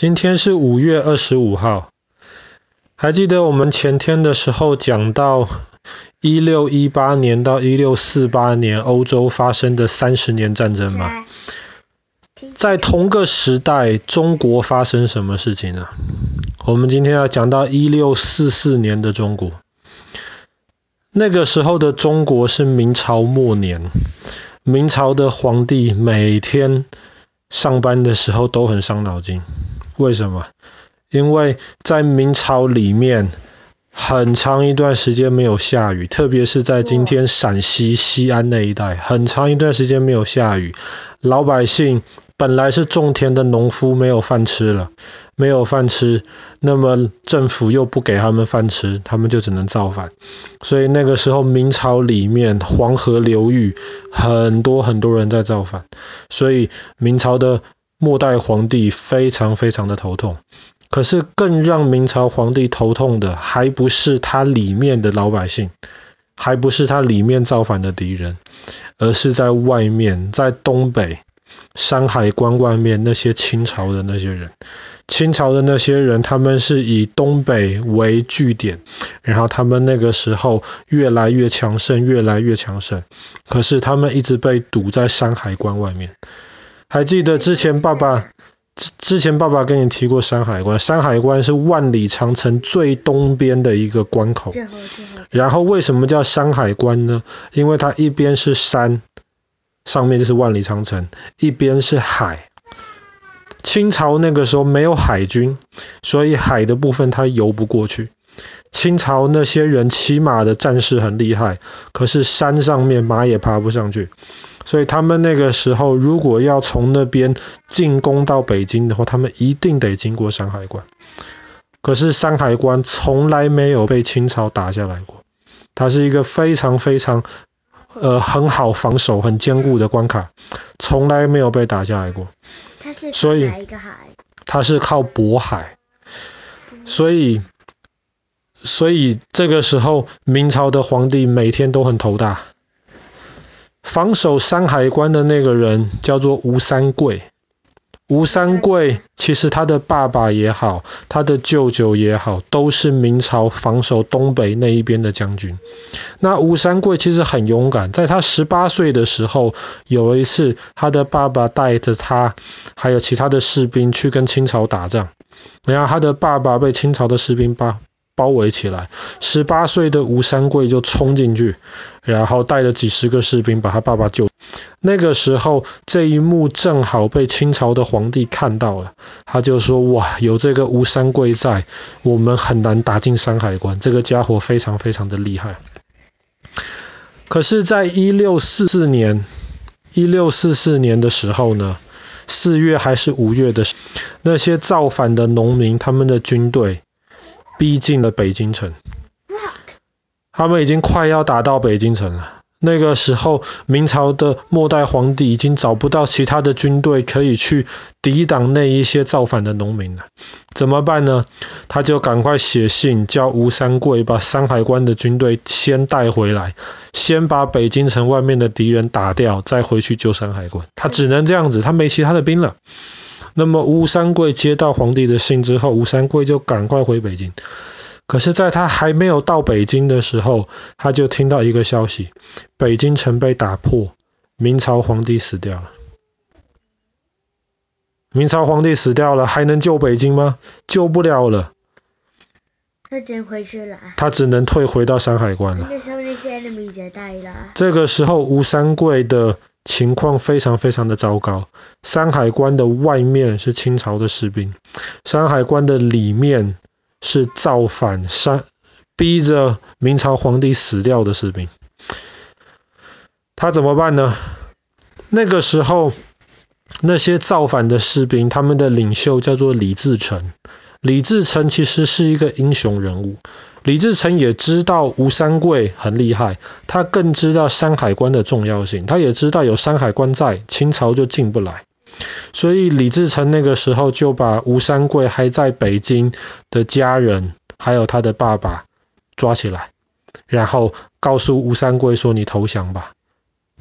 今天是5月25号，还记得我们前天的时候讲到1618年到1648年欧洲发生的30年战争吗？在同个时代，中国发生什么事情呢？我们今天要讲到1644年的中国。那个时候的中国是明朝末年，明朝的皇帝每天上班的时候都很伤脑筋。为什么？因为在明朝里面很长一段时间没有下雨，特别是在今天陕西西安那一带，很长一段时间没有下雨，老百姓本来是种田的农夫没有饭吃了，没有饭吃，那么政府又不给他们饭吃，他们就只能造反。所以那个时候明朝里面黄河流域很多人在造反，所以明朝的末代皇帝非常的头痛。可是更让明朝皇帝头痛的还不是他里面的老百姓，还不是他里面造反的敌人，而是在外面，在东北山海关外面那些清朝的那些人。清朝的那些人，他们是以东北为据点，然后他们那个时候越来越强盛，可是他们一直被堵在山海关外面。还记得之前爸爸跟你提过山海关，山海关是万里长城最东边的一个关口。然后为什么叫山海关呢？因为它一边是山，上面就是万里长城，一边是海。清朝那个时候没有海军，所以海的部分它游不过去。清朝那些人骑马的战士很厉害，可是山上面马也爬不上去，所以他们那个时候如果要从那边进攻到北京的话，他们一定得经过山海关。可是山海关从来没有被清朝打下来过，它是一个非常很好防守很坚固的关卡，从来没有被打下来过。所以它是靠渤海，所以这个时候明朝的皇帝每天都很头大。防守山海关的那个人叫做吴三桂。吴三桂其实他的爸爸也好，他的舅舅也好，都是明朝防守东北那一边的将军。那吴三桂其实很勇敢，在他18岁的时候，有一次他的爸爸带着他还有其他的士兵去跟清朝打仗，然后他的爸爸被清朝的士兵包围起来，18岁的吴三桂就冲进去，然后带了几十个士兵把他爸爸救。那个时候这一幕正好被清朝的皇帝看到了，他就说哇，有这个吴三桂在，我们很难打进山海关，这个家伙非常的厉害。可是在1644年的时候呢，4月还是5月的时候，那些造反的农民他们的军队逼近了北京城，他们已经快要打到北京城了。那个时候明朝的末代皇帝已经找不到其他的军队可以去抵挡那一些造反的农民了，怎么办呢？他就赶快写信叫吴三桂把山海关的军队先带回来，先把北京城外面的敌人打掉，再回去救山海关。他只能这样子，他没其他的兵了。那么吴三桂接到皇帝的信之后，吴三桂就赶快回北京。可是在他还没有到北京的时候，他就听到一个消息，北京城被打破，明朝皇帝死掉了。明朝皇帝死掉了，还能救北京吗？救不了了。 他只能回去了。 他只能退回到山海关了。 那时候那些人也带了。 这个时候吴三桂的情况非常的糟糕。山海关的外面是清朝的士兵，山海关的里面是造反逼着明朝皇帝死掉的士兵。他怎么办呢？那个时候那些造反的士兵，他们的领袖叫做李自成。李自成其实是一个英雄人物，李自成也知道吴三桂很厉害，他更知道山海关的重要性，他也知道有山海关在，清朝就进不来。所以李自成那个时候就把吴三桂还在北京的家人还有他的爸爸抓起来，然后告诉吴三桂说你投降吧。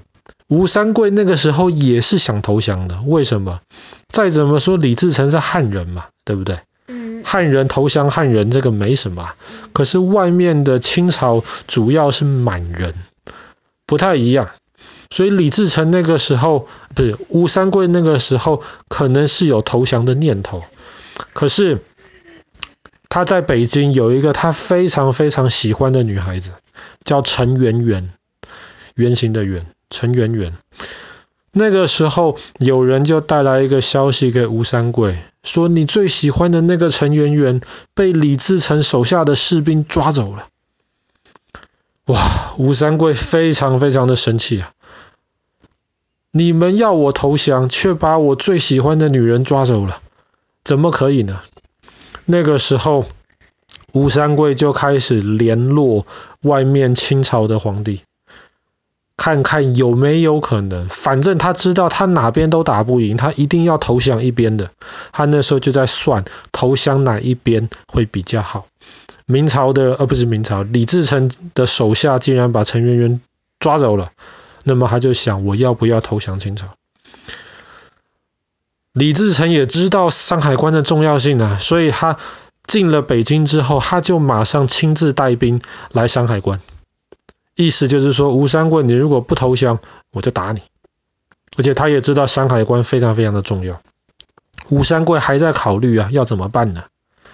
吴三桂那个时候也是想投降的，为什么？再怎么说李自成是汉人嘛，对不对？汉人投降汉人这个没什么，可是外面的清朝主要是满人，不太一样。所以李自成那个时候，不是吴三桂那个时候，可能是有投降的念头，可是他在北京有一个他非常非常喜欢的女孩子，叫陈圆圆，圆形的圆，陈圆圆。那个时候有人就带来一个消息给吴三桂，说你最喜欢的那个陈圆圆被李自成手下的士兵抓走了。哇，吴三桂非常非常的生气啊！你们要我投降，却把我最喜欢的女人抓走了，怎么可以呢？那个时候吴三桂就开始联络外面清朝的皇帝，看看有没有可能，反正他知道他哪边都打不赢，他一定要投降一边的。他那时候就在算投降哪一边会比较好。明朝的不是明朝，李自成的手下竟然把陈圆圆抓走了，那么他就想，我要不要投降清朝？李自成也知道山海关的重要性啊，所以他进了北京之后，他就马上亲自带兵来山海关。意思就是说，吴三桂你如果不投降，我就打你。而且他也知道山海关非常非常的重要。吴三桂还在考虑要怎么办呢？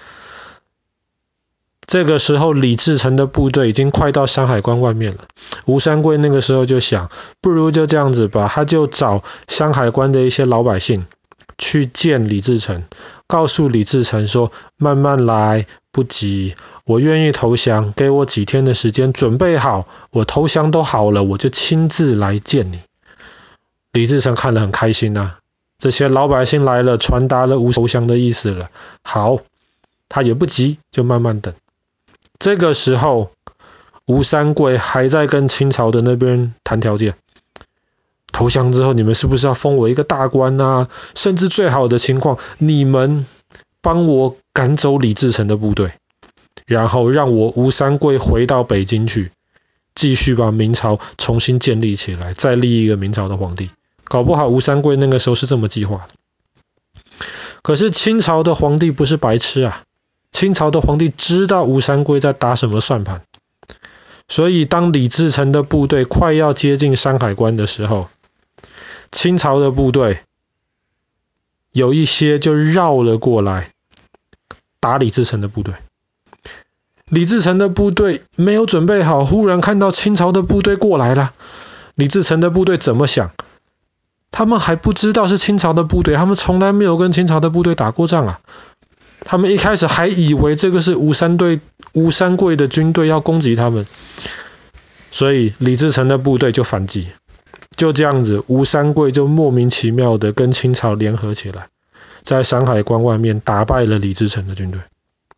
这个时候李自成的部队已经快到山海关外面了。吴三桂那个时候就想，不如就这样子吧，他就找山海关的一些老百姓去见李自成，告诉李自成说，慢慢来，不急，我愿意投降，给我几天的时间准备好，我投降都好了，我就亲自来见你。李自成看得很开心啊，这些老百姓来了，传达了吴投降的意思了。好，他也不急，就慢慢等。这个时候吴三桂还在跟清朝的那边谈条件，投降之后你们是不是要封我一个大官啊？甚至最好的情况，你们帮我赶走李自成的部队，然后让我吴三桂回到北京去，继续把明朝重新建立起来，再立一个明朝的皇帝。搞不好吴三桂那个时候是这么计划的。可是清朝的皇帝不是白痴啊，清朝的皇帝知道吴三桂在打什么算盘，所以当李自成的部队快要接近山海关的时候，清朝的部队有一些就绕了过来打李自成的部队。李自成的部队没有准备好，忽然看到清朝的部队过来了。李自成的部队怎么想？他们还不知道是清朝的部队，他们从来没有跟清朝的部队打过仗啊。他们一开始还以为这个是吴三桂的军队要攻击他们，所以李自成的部队就反击。就这样子，吴三桂就莫名其妙的跟清朝联合起来，在山海关外面打败了李自成的军队。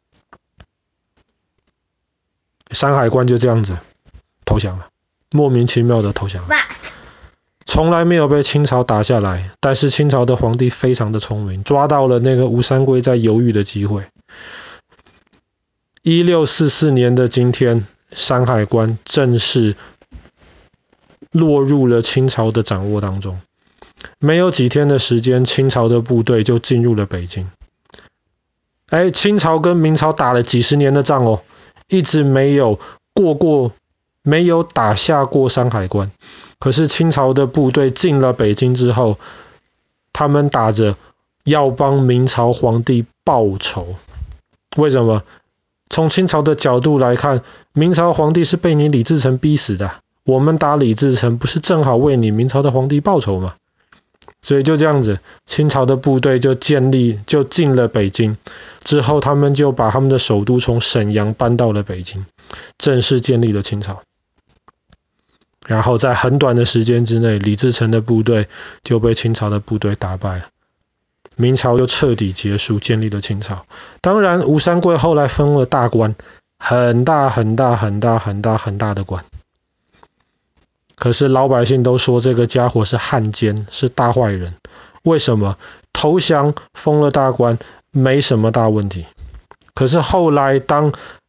山海关就这样子投降了，莫名其妙的投降了。从来没有被清朝打下来，但是清朝的皇帝非常的聪明，抓到了那个吴三桂在犹豫的机会。1644年的今天，山海关正式落入了清朝的掌握当中。没有几天的时间，清朝的部队就进入了北京。清朝跟明朝打了几十年的仗哦，一直没有打下过山海关。可是清朝的部队进了北京之后，他们打着要帮明朝皇帝报仇。为什么？从清朝的角度来看，明朝皇帝是被你李自成逼死的，我们打李自成不是正好为你明朝的皇帝报仇吗？所以就这样子，清朝的部队就进了北京，之后他们就把他们的首都从沈阳搬到了北京，正式建立了清朝。然后在很短的时间之内，李自成的部队就被清朝的部队打败了，明朝就彻底结束，建立了清朝。当然吴三桂后来封了大官，很大的官，可是老百姓都说这个家伙是汉奸，是大坏人。为什么？投降封了大官没什么大问题，可是后来当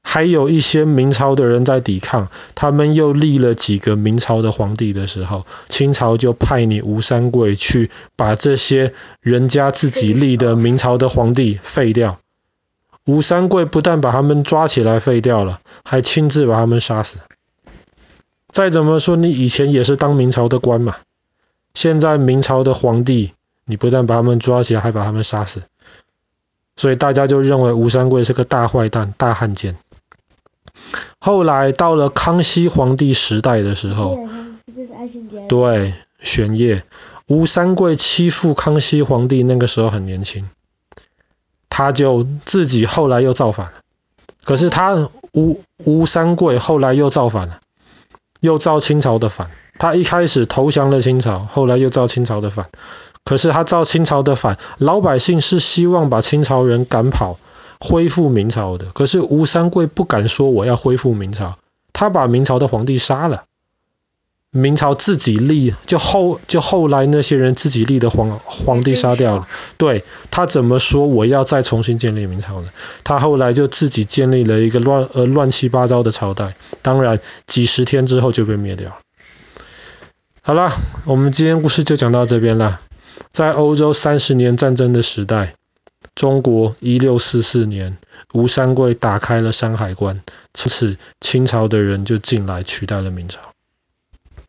还有一些明朝的人在抵抗，他们又立了几个明朝的皇帝的时候，清朝就派你吴三桂去把这些人家自己立的明朝的皇帝废掉。吴三桂不但把他们抓起来废掉了，还亲自把他们杀死。再怎么说，你以前也是当明朝的官嘛，现在明朝的皇帝，你不但把他们抓起来，还把他们杀死。所以大家就认为吴三桂是个大坏蛋、大汉奸。后来到了康熙皇帝时代的时候，对，玄烨，吴三桂欺负康熙皇帝，那个时候很年轻，他就自己后来又造反了。可是吴三桂后来又造反了，又造清朝的反。他一开始投降了清朝，后来又造清朝的反。可是他造清朝的反，老百姓是希望把清朝人赶跑，恢复明朝的。可是吴三桂不敢说我要恢复明朝，他把明朝的皇帝杀了。明朝自己立，就后来那些人自己立的皇帝杀掉了。对，他怎么说我要再重新建立明朝呢？他后来就自己建立了一个乱七八糟的朝代，当然几十天之后就被灭掉。好了，我们今天故事就讲到这边了。在欧洲30年战争的时代，中国1644年，吴三桂打开了山海关，从此清朝的人就进来取代了明朝。